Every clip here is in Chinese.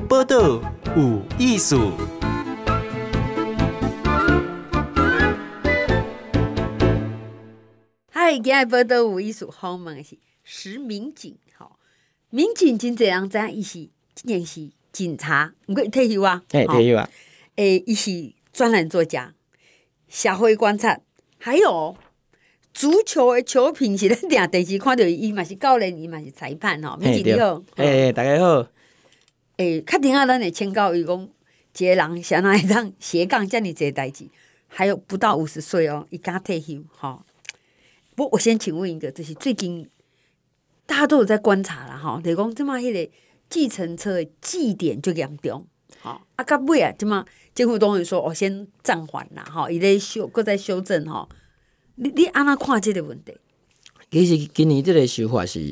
报道有艺术。 嗨，今日报道有艺术，访问的是石民警。民警真侪人知影，伊是今年是警察，毋过退休啊。 退休啊。 伊是专栏作家，社会观察，还有足球的球评是咱定电视看到伊嘛是教练，伊嘛是裁判吼。民警你好， 大家好。 确定啊，咱会请教伊讲，一个人是安怎会当斜杠遮尔侪代志，还有不到50岁哦，伊刚退休吼。不过我先请问一个，就是最近大家都有在观察啦吼，就是讲即马迄个计程车的记点就严重，吼到尾啊，即马政府当然说先暂缓啦，吼，伊咧搁再修正吼。你安怎看这个问题？ 其实今年这个修法是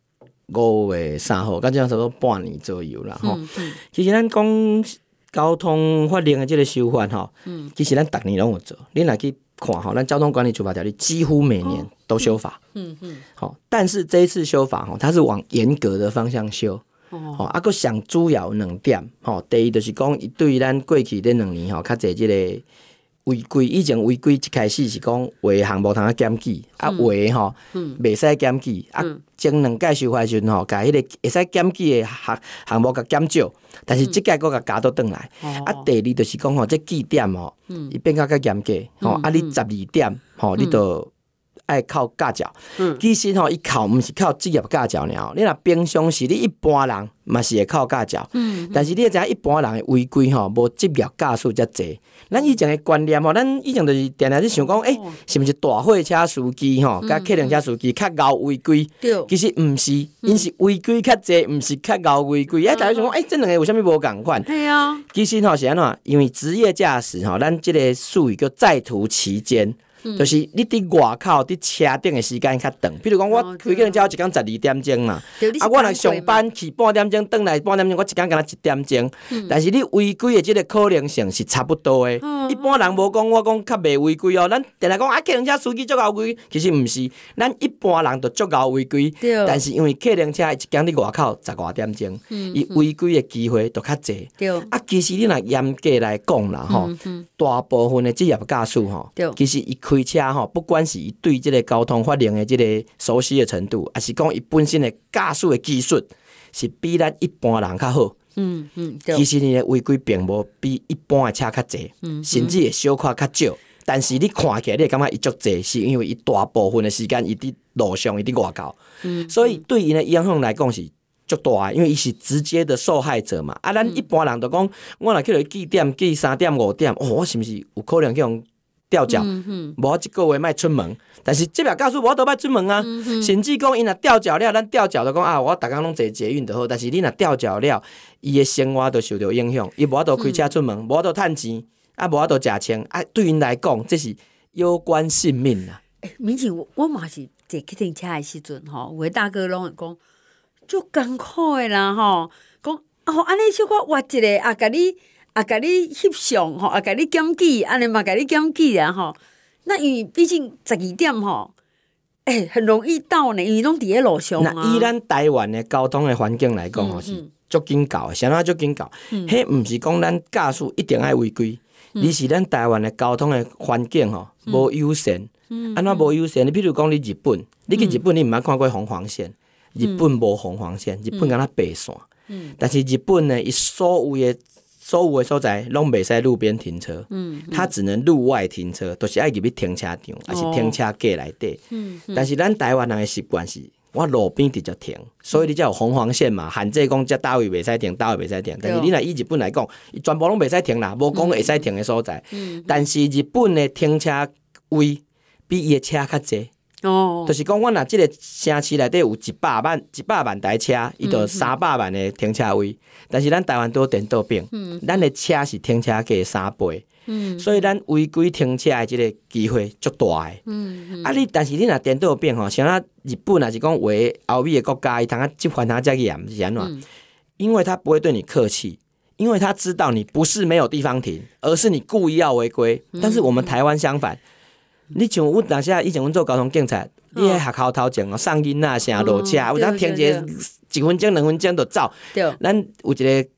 5月3号，到这样差不多半年左右啦吼。其实咱讲交通法令的这个修法吼，其实咱逐年拢有做。你若去看吼，咱交通管理处罚条例几乎每年都修法。好，但是这一次修法吼，它是往严格的方向修。佫上主要2点吼，第一就是讲，伊对咱过去这2年吼，较侪这个违规，以前违规一开始是讲有的项目通检举，有的吼袂使检举，前2届修法的时阵吼，甲迄个会使检举的项目甲减少，但是即届佫甲加倒转来。第二就是讲吼，这记点吼，伊变较严格，吼你12点吼，你就爱靠驾照。其实吼，伊靠毋是靠职业驾照尔，你若平常时你一般人嘛是会靠驾照，但是你会知影一般人的违规吼，无职业驾驶遮济。咱以前的观念吼，咱以前就是定定咧想讲，是毋是大货车司机吼，甲客运车司机较熬违规？其实毋是，因是违规较济，毋是较熬违规。大家想讲，这2个有啥物无共款？ 系啊。其实吼是安怎？因为职业驾驶吼，咱即个术语叫在途期间。就是你伫外口伫车顶的时间较长，比如讲我开个人车一天12点钟嘛，我若上班去半点钟，转来半点钟，我一天敢若1点钟。但是你违规的这个可能性是差不多的。一般人无讲我讲较袂违规哦，咱定来讲客运车司机足够违规，其实毋是，咱一般人就足够违规。但是因为客运车一天伫外口10外点钟，伊违规的机会就较济。其实你若严格来讲啦吼，大部分的职业驾驶吼，其实伊开车吼，不管是伊对这个交通法令的这个熟悉的程度，还是讲伊本身的驾驶的技术，是比咱一般人较好。其实你的违规并无比一般的车较济，甚至会小可较少。但是你看起来，你会感觉伊足济，是因为伊大部分的时间伊伫路上，伊伫外口，所以对伊的影响来讲是足大的，因为伊是直接的受害者嘛。咱一般人就讲，我若去落记点记3点5点，我是毋是有可能去用吊脚？无1个月莫出门。但是这表告诉我都莫出门啊。甚至讲伊若吊脚了，咱吊脚就讲我逐工拢坐捷运就好。但是你若吊脚了，伊的生活就受到影响，伊无法度开车出门，无法度趁钱，无法度食穿。对因来讲，这是攸关性命啦。 民警，我嘛是坐客运车的时阵吼，有的大哥拢会讲，足艰苦的啦吼，讲安尼小可挖一个甲你翕相吼，甲你检举，安尼嘛甲你检举啊吼。那因为毕竟12点吼，很容易到呢，因为拢伫咧路上啊。 那以咱台湾的交通的环境来讲吼，是足紧教的，啥足紧教。迄毋是讲咱驾驶一定爱违规，而是咱台湾的交通的环境吼无优先。安怎无优先？你譬如讲你日本，你去日本你毋捌看过红黄线，日本无红黄线，日本敢若白线。但是日本呢，伊所有的所在拢袂使路边停车，它只能路外停车，都是爱入去停车场，还是停车格内底。但是咱台湾人的习惯是，我路边直接停，所以你才有红黄线嘛，限制讲遮倒位袂使停，倒位袂使停。但是你若以日本来讲，伊全部拢袂使停啦，无讲会使停的所在。但是日本的停车位比伊的车较济。就是讲，我若即个城市内底有100万台车，伊就300万的停车位。但是咱台湾都颠倒变，咱的车是停车价3倍，所以咱违规停车的即个机会足大的。但是你若颠倒变吼，像咱日本也是讲为欧美的国家，伊通执法遮严是安怎？因为他不会对你客气，因为他知道你不是没有地方停，而是你故意要违规。但是我们台湾相反。你像阮当时以前阮做交通警察，你喺学校头前送囡仔啥落车，有当停1分钟2分钟就走。咱有一个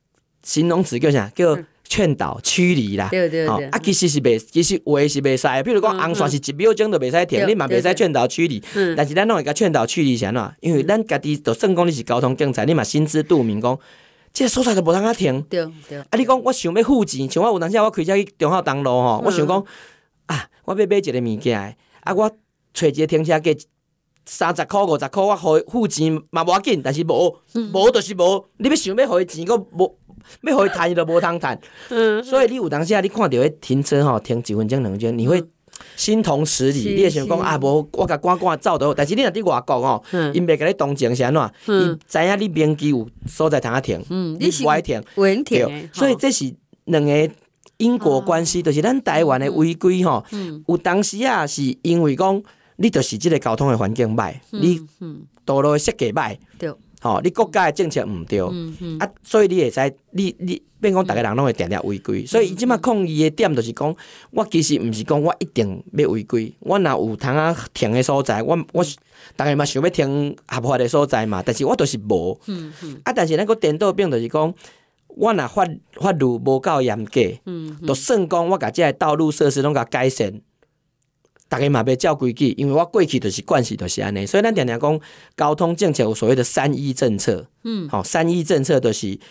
形容词叫啥？叫劝导驱离啦。 对对对。 其实话是袂使，譬如讲红线是1秒钟都袂使停，你嘛袂使劝导驱离。但是咱拢会甲劝导驱离是安怎？因为咱家己就算讲你是交通警察，你嘛心知肚明讲。这个所在就无通啊停， 对对。 你讲我想要付钱，像我有当时我开车去中孝东路吼，我想讲我要买一个物件的，我找一个停车价30块50块，我付钱嘛无要紧，但是无就是无，你要想要互伊钱，佫无要互伊趁伊就无通趁。所以你有当时你看到迄停车吼，停1分钟2分钟，你会。心同十里，你会想讲无我甲赶走就好，但是你若伫外国吼，因袂甲你同情是安怎？伊知影你面机有所在通停，你不爱停， 对， 所以这是两个因果关系，就是咱台湾的违规吼，有当时是因为讲你就是即个交通的环境歹，你道路的设计歹， 对。 你国家的政策毋对，所以你会使，你变讲，大家人拢会定定违规。所以伊即马抗议的点就是讲，我其实毋是讲我一定要违规，我若有通啊停的所在，我大家嘛想要停合法的所在嘛，但是我就是无。但是咱个颠倒变就是讲，我若法律无够严格，就算讲我甲即个道路设施拢甲改善。大家嘛袂照规矩，因为我过去就是惯势就是安尼，所以咱常常讲交通政策有所谓的3E 政策。3E 政策就是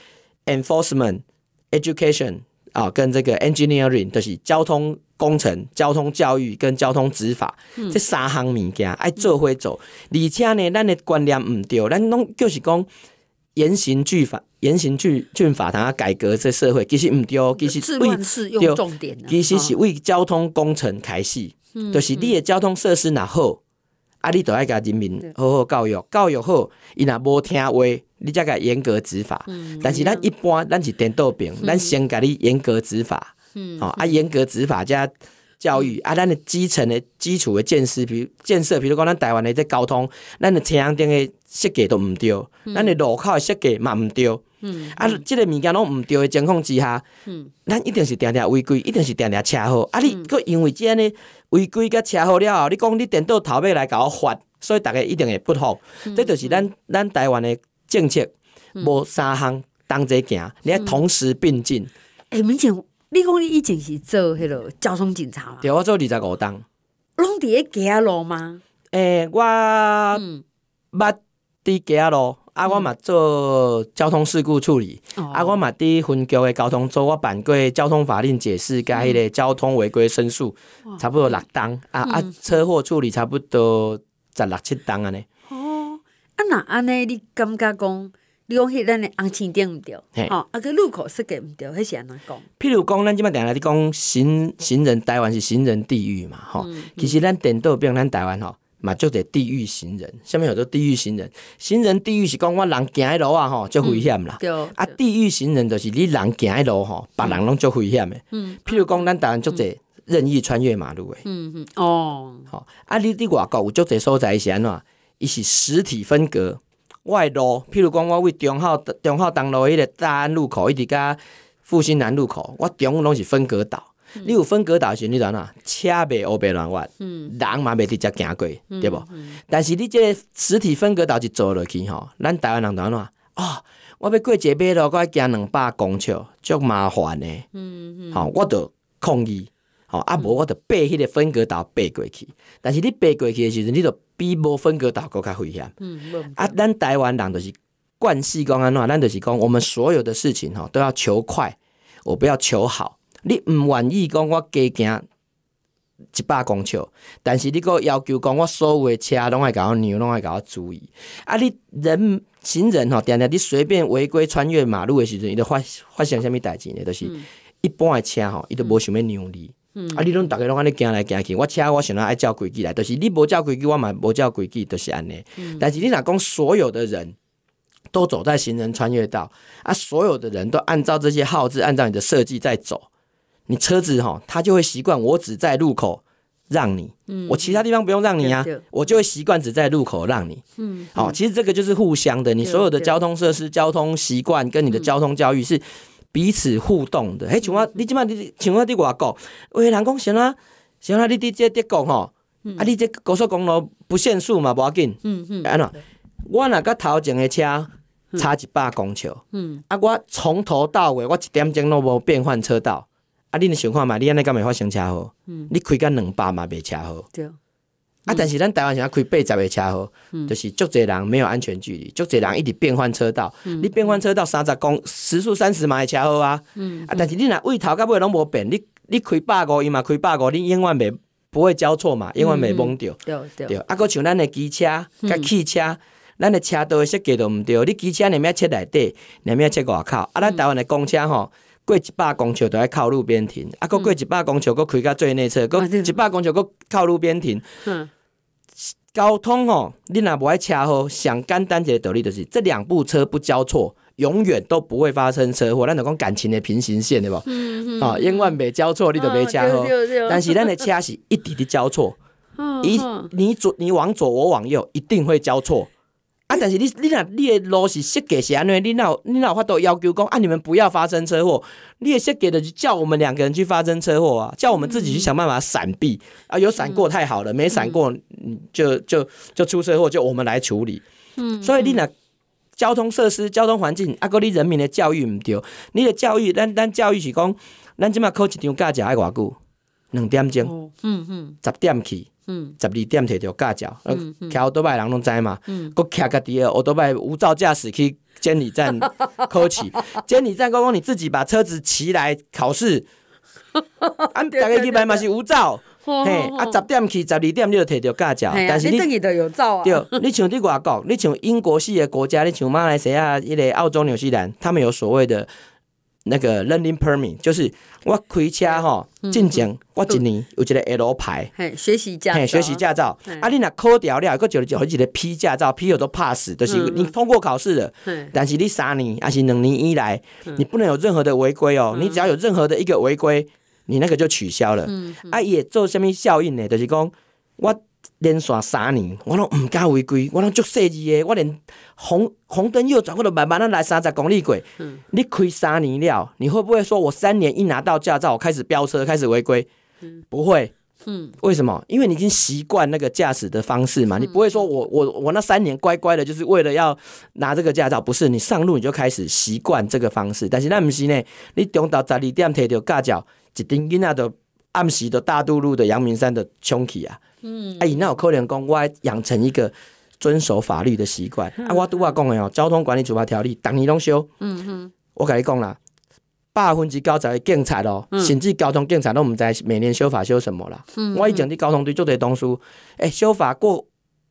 enforcement、education 跟这个 engineering， 就是交通工程、交通教育跟交通执法，这3项物件爱做伙做。而且呢，咱的观念毋对，咱拢就是讲严刑峻法，通啊改革这社会，其实毋对，其实治乱世用重点， 其实是为交通工程开始。就是你的交通设施若好，你就要甲人民好好教育，教育好，伊若无听话，你才甲严格执法。但是咱一般咱是颠倒边，咱先甲你严格执法，严格执法加教育咱的基层的基础的建设，比如讲咱台湾的这交通，咱的车厢顶的设计都毋对，咱的路口的设计嘛毋对。这个物件拢毋对的情况之下，咱一定是定定违规，一定是定定车祸。你佫因为这样呢违规甲车祸了后，你讲你颠倒头尾来甲我罚，所以大家一定会不服。这就是咱台湾的政策无3项同齐行，你要同时并进。 明前你讲你以前是做迄个交通警察嘛？ 对，我做25档。 拢伫咧街仔路吗？ 我捌伫街仔路。我嘛做交通事故处理，我嘛伫分局的交通组，我办过交通法令解释，甲迄个交通违规申诉，差不多6档车祸处理差不多16、17档安尼。 那安尼你感觉讲，你讲迄咱的红青灯毋对，个路口设计毋对，迄是安怎讲？ 譬如讲，咱即摆定来讲行人，台湾是行人地狱嘛，其实咱颠倒变咱台湾嘛，就得地狱行人。下面有做地狱行人，行人地狱是讲我人行喺路就危险啦。地狱行人就是你人行喺路别人拢足危险的。譬如讲，咱台湾足侪任意穿越马路的。你伫外国有足侪所在是安怎？伊是实体分隔。我的路，譬如讲，我为中孝东路迄个大安路口一直甲复兴南路口，我中拢是分隔岛。你有分隔岛时，你知影车袂黑白乱挖，人嘛袂直接行过，对无？但是你这个实体分隔岛一做落去咱台湾人就安怎？我要过一马路，我要行200公尺，足麻烦的。我就抗议，无我就爬迄个分隔岛爬过去。但是你爬过去的时阵，你就比无分隔岛更较危险。咱台湾人就是惯势讲安怎？咱就是讲，我们所有的事情都要求快，我不要求好。你唔愿意讲我加行100公尺，但是你个要求讲我所有的车拢爱甲我让，拢爱甲我注意。你行人定定你随便违规穿越马路的时阵，伊就发生什么代志呢？就是一般的车伊都无想要让你。你拢大家拢安尼行来行去，我车我想要爱照规矩来，就是你无照规矩，我嘛无照规矩，就是安尼。但是你若讲所有的人都走在行人穿越道，所有的人都按照这些号志，按照你的设计在走。你车子他就会习惯，我只在路口让你，我其他地方不用让你啊，我就会习惯只在路口让你。其实这个就是互相的，你所有的交通设施、交通习惯跟你的交通教育是彼此互动的。你即摆像我伫外国，有人讲像你伫这德国你这高速公路不限速嘛，无要紧。我若甲头前的车差100公尺，我从头到尾我1点钟都无变换车道，你想看嘛？你安尼敢会发生车祸？你开到200嘛袂车祸。 对。 但是咱台湾现在开80个车祸，就是足侪人没有安全距离，足侪人一直变换车道。你变换车道时速30嘛会车祸啊。但是你若位头到尾拢无变，你开150，伊嘛开150，你永远不会交错嘛，永远袂懵着。对。搁像咱的机车、甲汽车，咱的车道的设计都毋对。你机车你要切内底，你要切外口。咱台湾的公车吼。过100公尺就要靠路边停，过100公尺，开到最内侧，过100公尺，靠路边停。交通你若无爱车祸，上简单一个道理就是，这2部车不交错，永远都不会发生车祸。咱就讲感情的平行线，对不？永远袂交错，你就袂车祸。但是咱的车是一直的交错，你往左，我往右，一定会交错。但是你的路是设计是安尼，你哪有法度要求讲你们不要发生车祸？你的设计的就叫我们2个人去发生车祸啊，叫我们自己去想办法闪避有闪过太好了，没闪过就出车祸，就我们来处理。所以你若交通设施、交通环境，你人民的教育唔对，你的教育，咱教育是讲，咱即马考一张驾照要偌久？2点钟，10点去。12点摕到驾照，骑奥多拜人拢知嘛。佮骑家己的奥多拜无照驾驶去监理站考试，监理站讲你自己把车子骑来考试，大家去买嘛是无照。10点去12点你就摕到驾照，但是你等于就有照啊。 对，你像伫外国，你像英国系的国家，你像马来西亚、澳洲、纽西兰，他们有所谓的。那个 learning permit 就是我开车进前我1年有一个 L 牌， 学习驾照。 你若考掉了，佫就一个 P 驾照 ，P 都 pass， 就是你通过考试了。但是你3年还是2年以来，你不能有任何的违规哦。你只要有任何的一个违规，你那个就取消了。也做什么效应呢？就是讲我。连续3年，我拢唔敢违规，我拢足细致的，我连红灯右转，我都慢慢来30公里过。你开3年了，你会不会说我3年一拿到驾照，我开始飙车，开始违规？不会。为什么？因为你已经习惯那个驾驶的方式嘛，你不会说我那3年乖乖的，就是为了要拿这个驾照，不是？你上路你就开始习惯这个方式。但是咱不是呢，你中昼12点摕到驾照，一阵囡仔就暗时就大肚路的阳明山的冲去啊。伊那有可能讲，我养成一个遵守法律的习惯。我拄仔讲的交通管理处罚条例，逐年拢修。我跟你讲啦，90%的警察甚至交通警察都唔知每年修法修什么啦。我以前伫交通队做的东西，修法过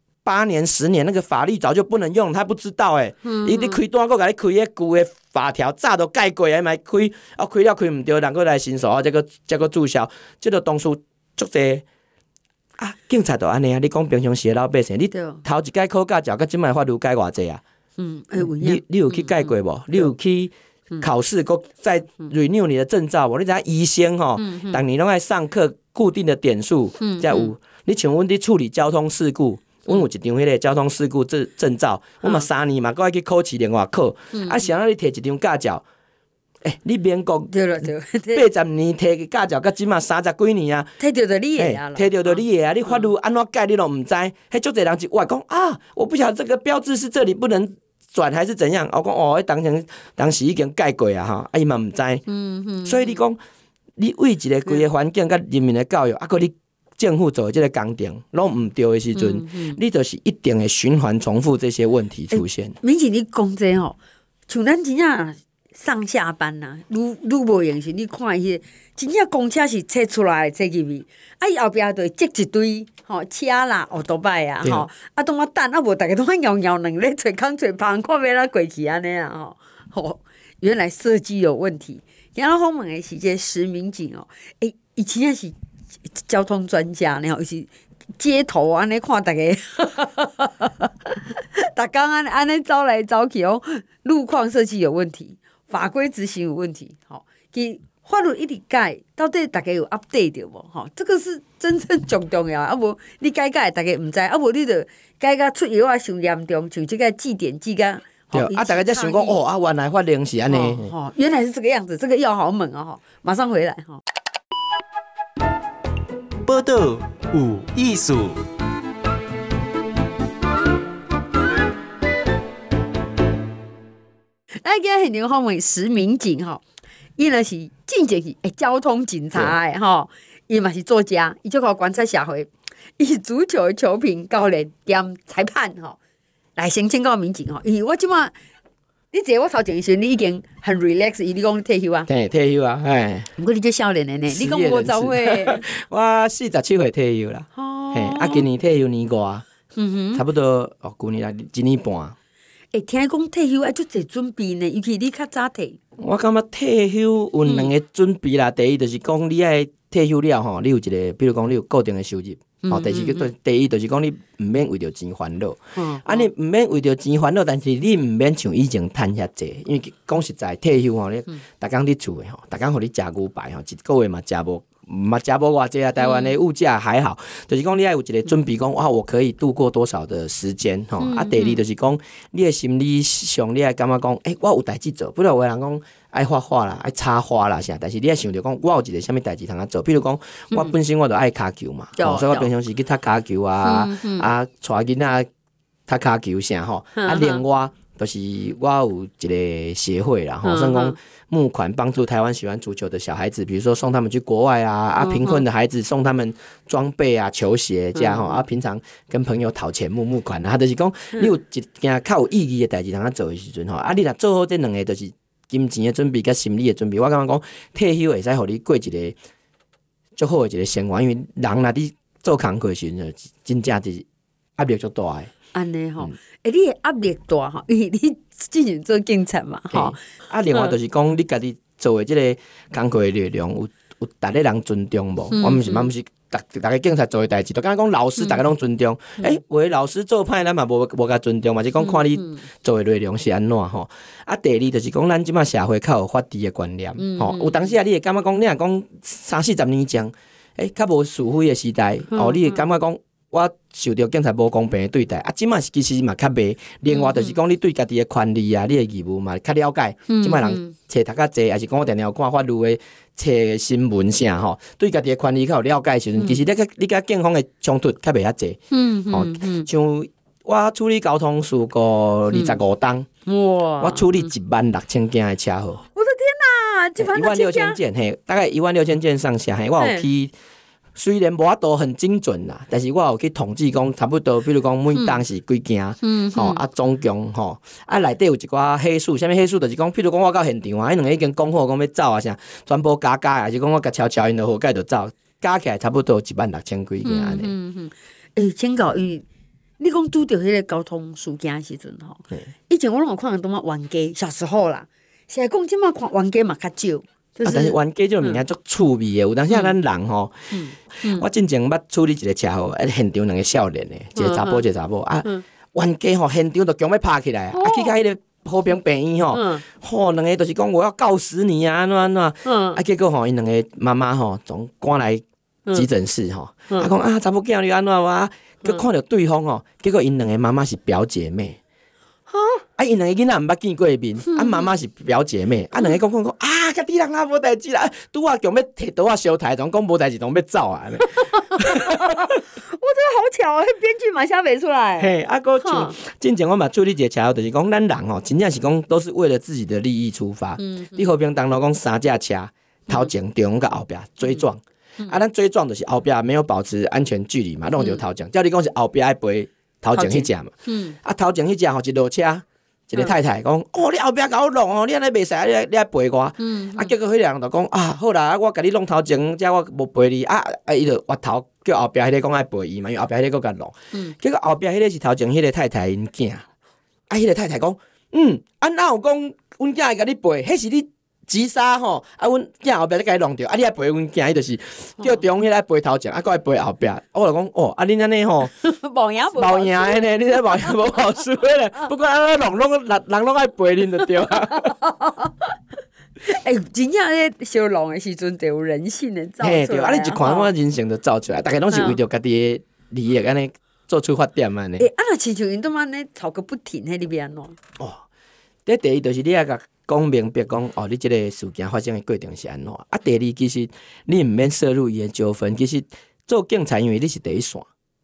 8年、10年，那个法律早就不能用，他不知道伊你开单，我给你开迄旧的法条，早都改过，还咪开，开了开唔对，人过来申诉，再个注销，这个东西足济。警察就安尼啊！你讲平常时的老百姓，你头一届考驾照，甲即摆法律改偌济啊？你有去改过无？你有去考试，搁再 renew 你的证照无？你知影医生逐年拢爱上课，固定的点数才有。你像阮伫处理交通事故，阮有一张迄个交通事故证照，我嘛3年嘛，搁爱去考试另外考。想要你摕一张驾照。你民国80年摕个驾照，到即嘛30几年啊， 摕到就你的啊， 摕到就你的啊，你法律安怎改你都唔知，迄足侪人就话讲我不晓得这个标志是这里不能转还是怎样，我讲当时已经改过啊伊嘛唔知，所以你讲你为一个规个环境甲人民的教育，搁你政府做的这个工程拢唔对的时阵，你就是一定会循环重复这些问题出现。 明姐，你讲这像咱真正。上下班呐，愈无用时，你看迄真正公车是切出来切入去，伊后壁就积一堆车啦、奥多拜啊，当我等无，大家都摇两咧，找空找旁，看要哪过去安尼啊原来设计有问题。然后访问的是这石民警伊真正是交通专家，然后是街头安尼看大家，逐工安尼走来走去路况设计有问题。法规执行有问题，其法律一直改，到底大家有 update 到无？这个是真正最重要。无你改大家唔知，无你就改甲出油伤严重，像这个记点记甲。 对，大家才想讲原来法令是安尼。 原来是这个样子，这个药好猛马上回来报道有艺术。 咱今日现场访问石民警吼，伊若是进前是交通警察诶吼，伊嘛是作家，伊就靠观察社会，伊是足球的球评教练兼裁判吼。来先请教民警吼，因为我即马。你坐我头前的时候，你已经很 relax， 你讲退休啊？ 嘿，退休啊，嘿。 不过你这少年的呢，你讲50岁， 我47岁退休啦。哦。嘿，啊，今年退休年外，差不多去年来1年半。 听讲退休要足侪准备呢，尤其你较早退。 我感觉退休有2个准备啦，第一就是讲你爱退休了吼，你有一个，比如讲你有固定的收入。第一就是讲你毋免为着钱烦恼，你毋免为着钱烦恼，但是你毋免像以前趁遐济，因为讲实在退休吼，你逐工伫厝诶吼，逐工互你食牛排吼，一个月嘛食无偌济啊。台湾的物价还好，就是讲你爱有一个准备，讲我可以度过多少的时间吼。第二就是讲你的心理上，你爱感觉讲，我有代志做，不然有个人讲。爱画画啦，爱插花啦啥，但是你爱想着讲，我有一个啥物代志通做，比如讲，我本身我就爱骹球嘛，所以我平常时去踢骹球啊，带囡仔踢骹球啥吼，另外就是我有一个协会啦，算讲募款帮助台湾喜欢足球的小孩子，比如说送他们去国外啊，贫困的孩子送他们装备啊、球鞋这样吼，平常跟朋友讨钱募款啊，就是讲你有一件较有意义的代志通做的时阵吼，你若做好这2个就是。金钱的准备甲心理的准备，我感觉讲退休会使互你过一个足好的一个生活，因为人若伫做工课时阵，真正是压力足大诶。 安尼吼，你的压力大吼，因为你之前做警察嘛，吼。 另外就是讲你家己做的即个工课的内容有逐个人尊重无？我毋是逐个警察做的代志，就敢讲老师逐个拢尊重。有的老师做歹，咱嘛无甲尊重嘛，是讲看你做的内容是安怎吼。第二就是讲，咱即马社会较有法治的观念，有当时你会感觉讲，你若讲30-40年前，较无是非的时代，你会感觉讲。我受到警察无公平的对待，即摆其实嘛较袂。另外就是讲，你对家己的权利啊，你的义务嘛较了解。即摆人册读较济，还是讲我定定有看法律的册新闻啥吼，对家己的权利较有了解的时阵，其实你甲警方的冲突较袂遐济。像我处理交通事故25档，我处理16000件的车祸。 我的天哪 ！16000件，大概16000件上下，我有去。虽然无法度很精准啦，但是我有去统计讲差不多，比如讲每档是几件，总共内底有一寡黑数，啥物黑数就是讲，譬如讲我到现场啊，迄2个已经讲好讲要走啊啥，全部加，还是讲我甲悄因就好，盖就走，加起来差不多16000几件安尼。 请教伊，你讲拄着迄个交通事件的时阵吼，以前我拢有看人感觉冤家，小时候啦，现在讲即马看冤家嘛较少。 但是冤家这种物件足趣味的，有当时咱人吼，我之前捌处理一个车祸，现场2个少年的，一个查甫，一个查某啊，冤家吼现场就强要拍起来，去到迄个和平病院吼，2个就是讲我要告死你啊，安怎，结果吼因2个妈妈吼总赶来急诊室吼，讲查某囝你安怎哇，佮看到对方吼，结果因2个妈妈是表姐妹。因2个囡仔毋捌见过面，妈妈是表姐妹，2个讲家己人无代志啦，拄啊强要摕刀烧台，总讲无代志，总要走啊！ 我真的好巧啊，编剧嘛写袂出来。 个像之前我嘛处理一个车祸，就是讲咱人吼，真正是讲都是为了自己的利益出发。你和平东路讲3架车，头前、中甲后壁追撞，咱追撞就是后壁没有保持安全距离嘛，弄着头前。照你讲是后壁爱陪头前迄只嘛，头前迄只吼一落车。一个太太讲，你后壁甲我弄你安尼袂使，你来陪我。结果迄个人就讲好啦，我甲你弄头前，遮我无陪你。伊就挖头叫后壁迄个讲爱陪伊嘛，因为后壁迄个佮弄。结果后壁迄个是头前迄个太太因囝。迄个太太讲，哪有讲阮囝会甲你陪，迄是你急刹吼，阮囝后壁咧甲你弄着，你爱陪阮囝，伊就是叫中迄个陪头前，搁爱陪后壁。我就讲恁安尼吼， 无赢的呢，你这无赢无好输的咧。不过人拢爱陪恁就对啊。 真正咧烧弄的时阵，就有人性的造出来。 对，你一看我人性就造出来，大家拢是为着家己的利益安尼做出发点安尼。 那亲像因都安尼吵个不停，迄里边安怎？ 第一就是你要甲讲明白讲，你这个事件发生的过程是安怎？第二其实你毋免涉入伊的纠纷，其实做警察因为你是第一线，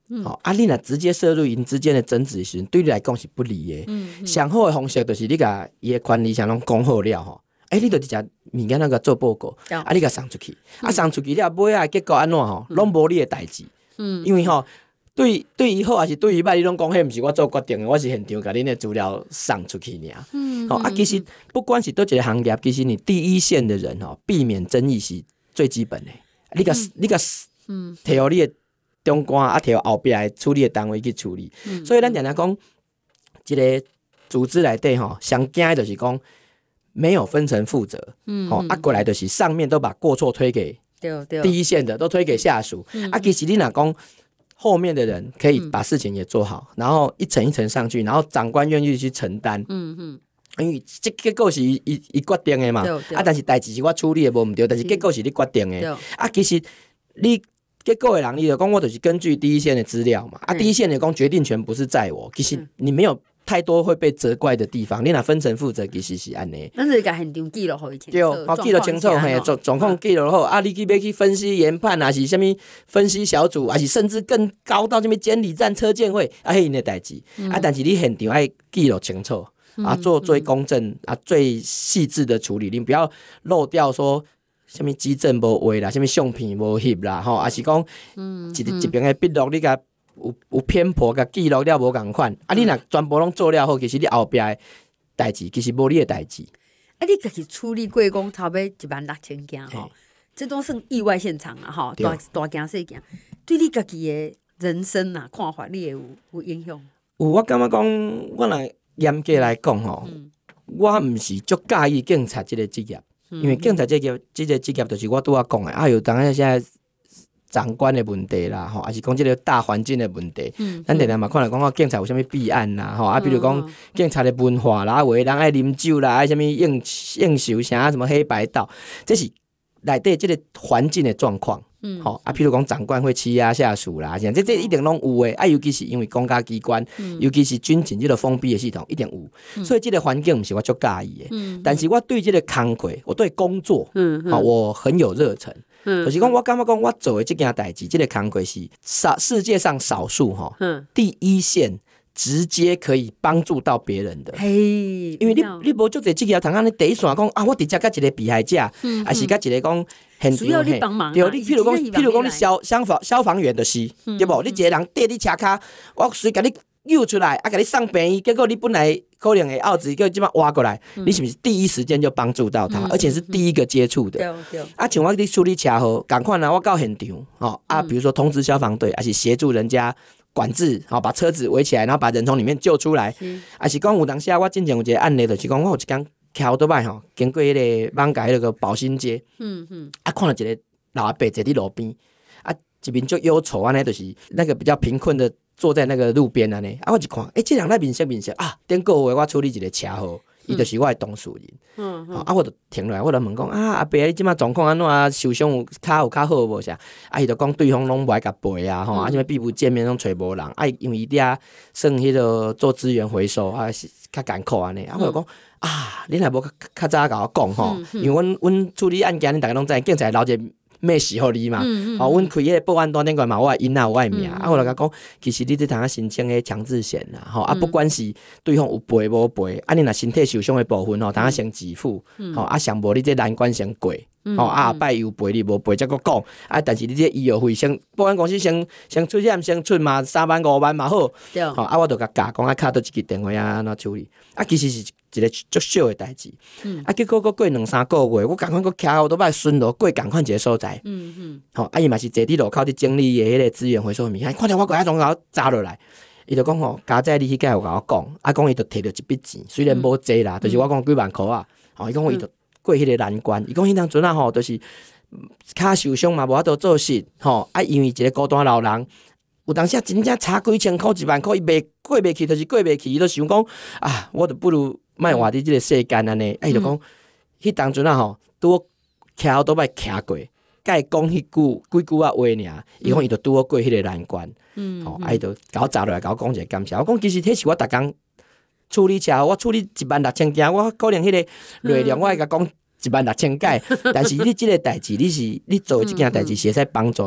你若直接涉入因之间的争执时，对你来讲是不利的。上好的方式就是你甲伊的权利啥拢讲好了吼。你就直接物件那个做报告，你甲送出去，送出去了，尾啊结果安怎吼，拢无你的代志。因为吼，对伊好还是对伊歹，你拢讲，迄毋是我做决定的，我是现场甲恁的资料送出去尔。其实不管是倒一个行业，其实你第一线的人吼，避免争议是最基本的。你甲摕互你的中官，摕互后壁的处理的单位去处理。所以咱常常讲，一个组织内底吼，上惊的就是讲。没有分层负责，过来就是上面都把过错推给第一线的，都推给下属。其实你若讲后面的人可以把事情也做好，然后一层一层上去，然后长官愿意去承担。因为这结果是伊决定的嘛，但是代志是我处理的无毋对，但是结果是你决定的。其实你结果的人，你就讲我就是根据第一线的资料嘛。第一线的讲决定权不是在我，其实你没有。太多会被责怪的地方，你若分层负责其实是安尼。 咱是甲现场记录好伊清楚， 对，记录清楚，状况记录好。你要去分析研判啊，是啥物分析小组，还是甚至更高到什么监理站、车建会迄因的代志。但是你现场爱记录清楚，做最公正最细致的处理，你不要漏掉说。什么基证无画啦，什么相片无翕啦，还是讲一边的笔录你甲。有偏颇，甲记录了无共款。你若全部拢做了好，其实你后壁的代志其实无你的代志。 你家己处理过讲差不多16000件吼，这都算意外现场啊吼，大件小件，对你家己的人生啊看法，你会有影响？ 有，我感觉讲，我若严格来讲吼，我毋是足介意警察这个职业，因为警察这个职业就是我拄仔讲的，有当然现在。长官的问题啦，还是讲这个大环境的问题。咱常常嘛看来讲，警察有啥物弊案啦，比如讲警察的文化啦，有的人爱啉酒啦，爱啥物应酬啥什么黑白道，这是内底这个环境的状况。譬如讲长官会欺压下属啦，这一定拢有的。尤其是因为公家机关，尤其是军警这个封闭的系统，一定有。所以这个环境不是我足介意的。但是我对这个工作，我对工作，我很有热忱。就是讲，我感觉讲，我做的这件代志，这个工作是世界上少数第一线直接可以帮助到别人的。因为你无做这职业，通常你第一线讲我直接甲一个被害者，还是甲一个讲现需要你帮忙。 对，你譬如讲你消防员的是，对不？你一个人跌你车骹，我随甲你救出来，甲你送病院，结果你本来可能会奥子，结果即摆挖过来，你是不是第一时间就帮助到他，而且是第一个接触的？像我伫处理车祸，赶快我到现场，比如说通知消防队，还是协助人家管制，把车子围起来，然后把人从里面救出来，还是讲有当时我之前有一个案例，就是讲我有一天骑倒摆经过迄个艋舺迄个保新街，看到一个老阿伯坐伫路边，一面就忧愁安尼，就是那个比较贫困的。坐在那个路边安尼，我一看，这人在面色顶个月我处理一个车祸，伊就是我的当事人。我就停落来，我就问讲阿伯，你即马状况安怎？受伤有较好无啥？伊就讲对方拢无爱甲陪啊，什么避不见面拢找无人，因为伊遐算迄个做资源回收是较艰苦安尼。我就讲恁若无较早甲我讲因为阮处理案件，恁大家拢知，警察留一个咩时互你嘛？阮开迄个报案单顶管嘛，我的因啊，我的名我就讲，其实你这通申请的强制险啦，不管是对方有赔无赔，你若身体受伤的部分通先自付，上无你这难关先过，后摆有赔你无赔才搁讲，但是你这医药费先保险公司先出险先出嘛，3万5万嘛好，我就甲讲卡倒一支电话安怎处理，其实是一个足小的代志，结果过2-3个月，我赶快骑好多摆顺路过赶快一个所在，伊嘛是坐伫路口伫整理的迄个资源回收物件，看到我过来总甲我砸落来，伊就讲家仔你迄个有甲我讲，讲伊就摕着一笔钱，虽然无济啦，就是我讲几万箍啊，伊讲伊就过迄个难关，伊讲迄当阵就是骹受伤嘛，无法度做事，因为一个孤单老人。有当时真正差几千块、1万块，伊过袂去，就是过袂去，伊就想讲我就不如莫活伫即个世间安尼。伊就讲，迄当阵拄好骑倒摆骑过，甲伊讲迄几句话尔，伊讲伊就拄好过迄个难关。伊就甲我砸落来，甲我讲一个感谢。我讲其实迄是我逐工处理车，我处理16000件，我可能迄个内容我会甲讲16000件，但是你即个代志，你做的即件代志是会使帮助。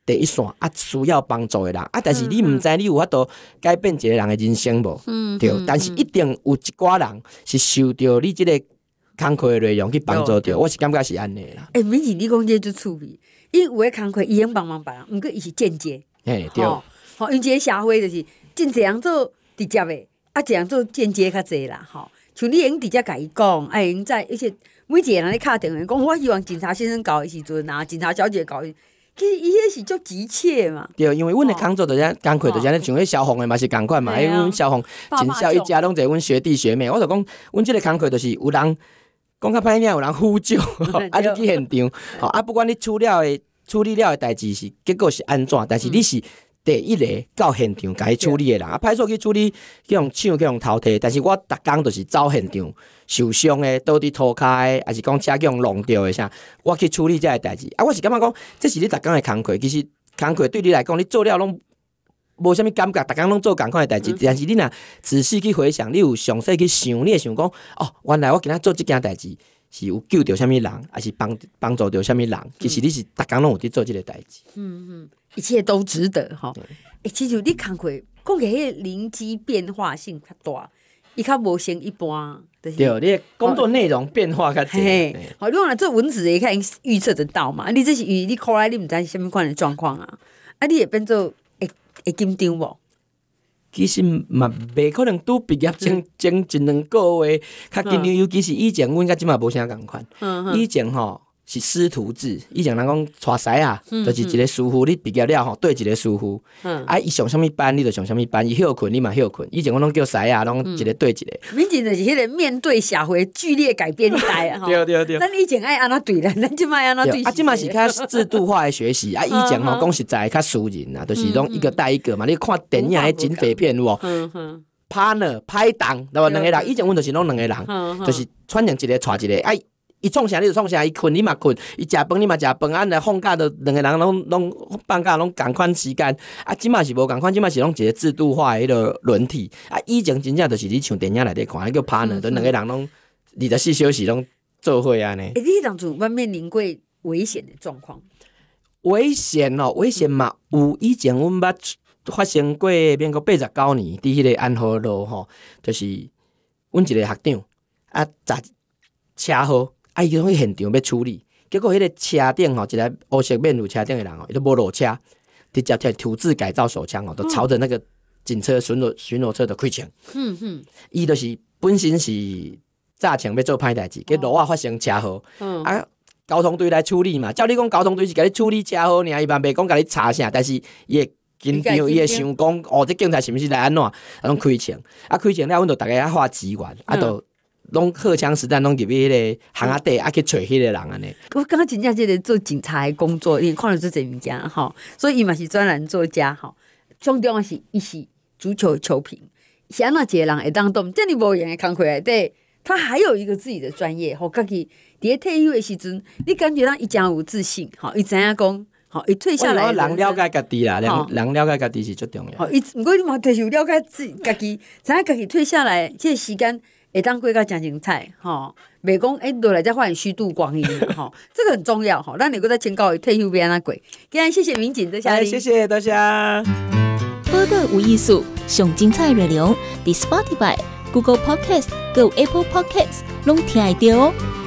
第一线啊，需要帮助的人啊，但是你毋知你有法度改变一个人的人生无？对，但是一定有一寡人是受到你这个工课的内容去帮助到，我是感觉是安尼啦。 明姐你讲这就趣味，因为有的工课伊能帮忙别人，毋过伊是间接， 嘿对， 因为这个社会就是真侪人做直接的，啊，一人做间接较济啦，像你用直接甲伊讲，用在而且每一个人咧敲电话讲，我希望警察先生搞的时阵啊，警察小姐搞的。其实伊迄是足急切嘛， 对，因为阮的工作就是工课就是安尼，像迄消防的嘛是共款嘛，因为阮消防警校一家拢侪阮学弟学妹，我就讲，阮即个工课就是有人讲较歹听，有人呼救，啊，你去现场，啊，不管你处理了的代志是结果是安怎，但是你是第一个到现场甲伊处理的人，啊，派出所去处理去用抢去用偷摕，但是我逐工就是走现场。受伤的、倒伫涂骹的，还是讲车去用弄掉的啥，我去处理这个代志。啊，我是感觉讲，这是你逐工的工课。其实工课对你来讲，你做了拢无啥物感觉，逐工拢做共款的代志。但是你若仔细去回想，你有详细去想，你会想讲，哦，原来我今仔做这件代志是有救到啥物人，还是帮助到啥物人。其实你是逐工拢有伫做这个代志。 一切都值得哈。其实你工课讲起迄灵机变化性较大，伊较无像一般。 对，你的工作内容变化较侪。 好，你若做文字的，看预测得到嘛？你这是你考来，你毋知是啥物款的状况啊？啊，你会变做会紧张无？ 其实嘛，袂可能拄毕业前一两个月较紧张，尤其是以前，阮甲即嘛无啥共款。以前吼。是师徒制，以前人讲带师啊，就是一个师傅，你毕业了吼，对一个师傅，啊，伊上啥物班，你就上啥物班，伊休困，你嘛休困。以前我拢叫师啊，拢一个对一个。 明显就是迄个面对社会剧烈改变代吼。 对。 咱以前爱安怎对啦，咱即摆安怎对。 啊，即嘛是较制度化的学习啊，以前吼讲实在较私人啊，就是拢一个带一个嘛。你看电影迄警匪片有无？partner 拍档，对无？两个人，以前阮就是拢两个人，就是串成一个带一个，哎。伊创啥你就创啥，伊困你嘛困，伊食饭你嘛食饭，啊，来放假就两个人拢放假拢共款时间，啊，即马是无共款，即马是拢一个制度化的迄个轮替，啊，以前真正就是你像电影内底看，叫 partner，就两个人拢24小时拢做伙安尼。 你当初有面临过危险的状况？ 危险嘛，有以前阮捌发生过，民国89年，伫迄个安和路吼，就是阮一个学长啊，砸车祸。啊！伊去现场要处理，结果迄个车顶吼，一个黑色面乳车顶的人吼，伊都无落车，直接土制改造手枪哦，都朝着那个警车巡逻车就开枪。伊就是本身是炸枪要做歹代志，结路啊发生车祸，啊，交通队来处理嘛。照你讲，交通队是甲你处理车祸尔，伊嘛袂讲甲你查啥，但是伊会紧张，伊会想讲，哦，这警察是毋是来安怎？啊，拢开枪，啊，开枪了，阮就大家发支援，啊，就。拢荷枪实弹，拢入去迄个巷仔底，啊去找迄个人安尼。 我刚刚真正即个做警察的工作，你看到这物件吼，所以伊嘛是专栏作家吼。重点是伊是足球球评，是安怎一个人会当动？这里无闲的工课内底，他还有一个自己的专业吼。家己伫退休的时阵，你感觉到伊真有自信吼，伊知影讲。好，伊退下来， 人了解家己啦，人了解家己是最重要。 好，不过你嘛退休了解自己家己，知影家己退下来，这个时间会当过到真精彩，吼，袂讲落来再发现虚度光阴吼，这个很重要吼。咱如果再请教伊退休要安怎过，今日谢谢民警，多谢， 谢谢大家。 报道有艺术，上精彩内容，伫 Spotify、Google Podcast、Go Apple Podcasts， 拢听得到哦。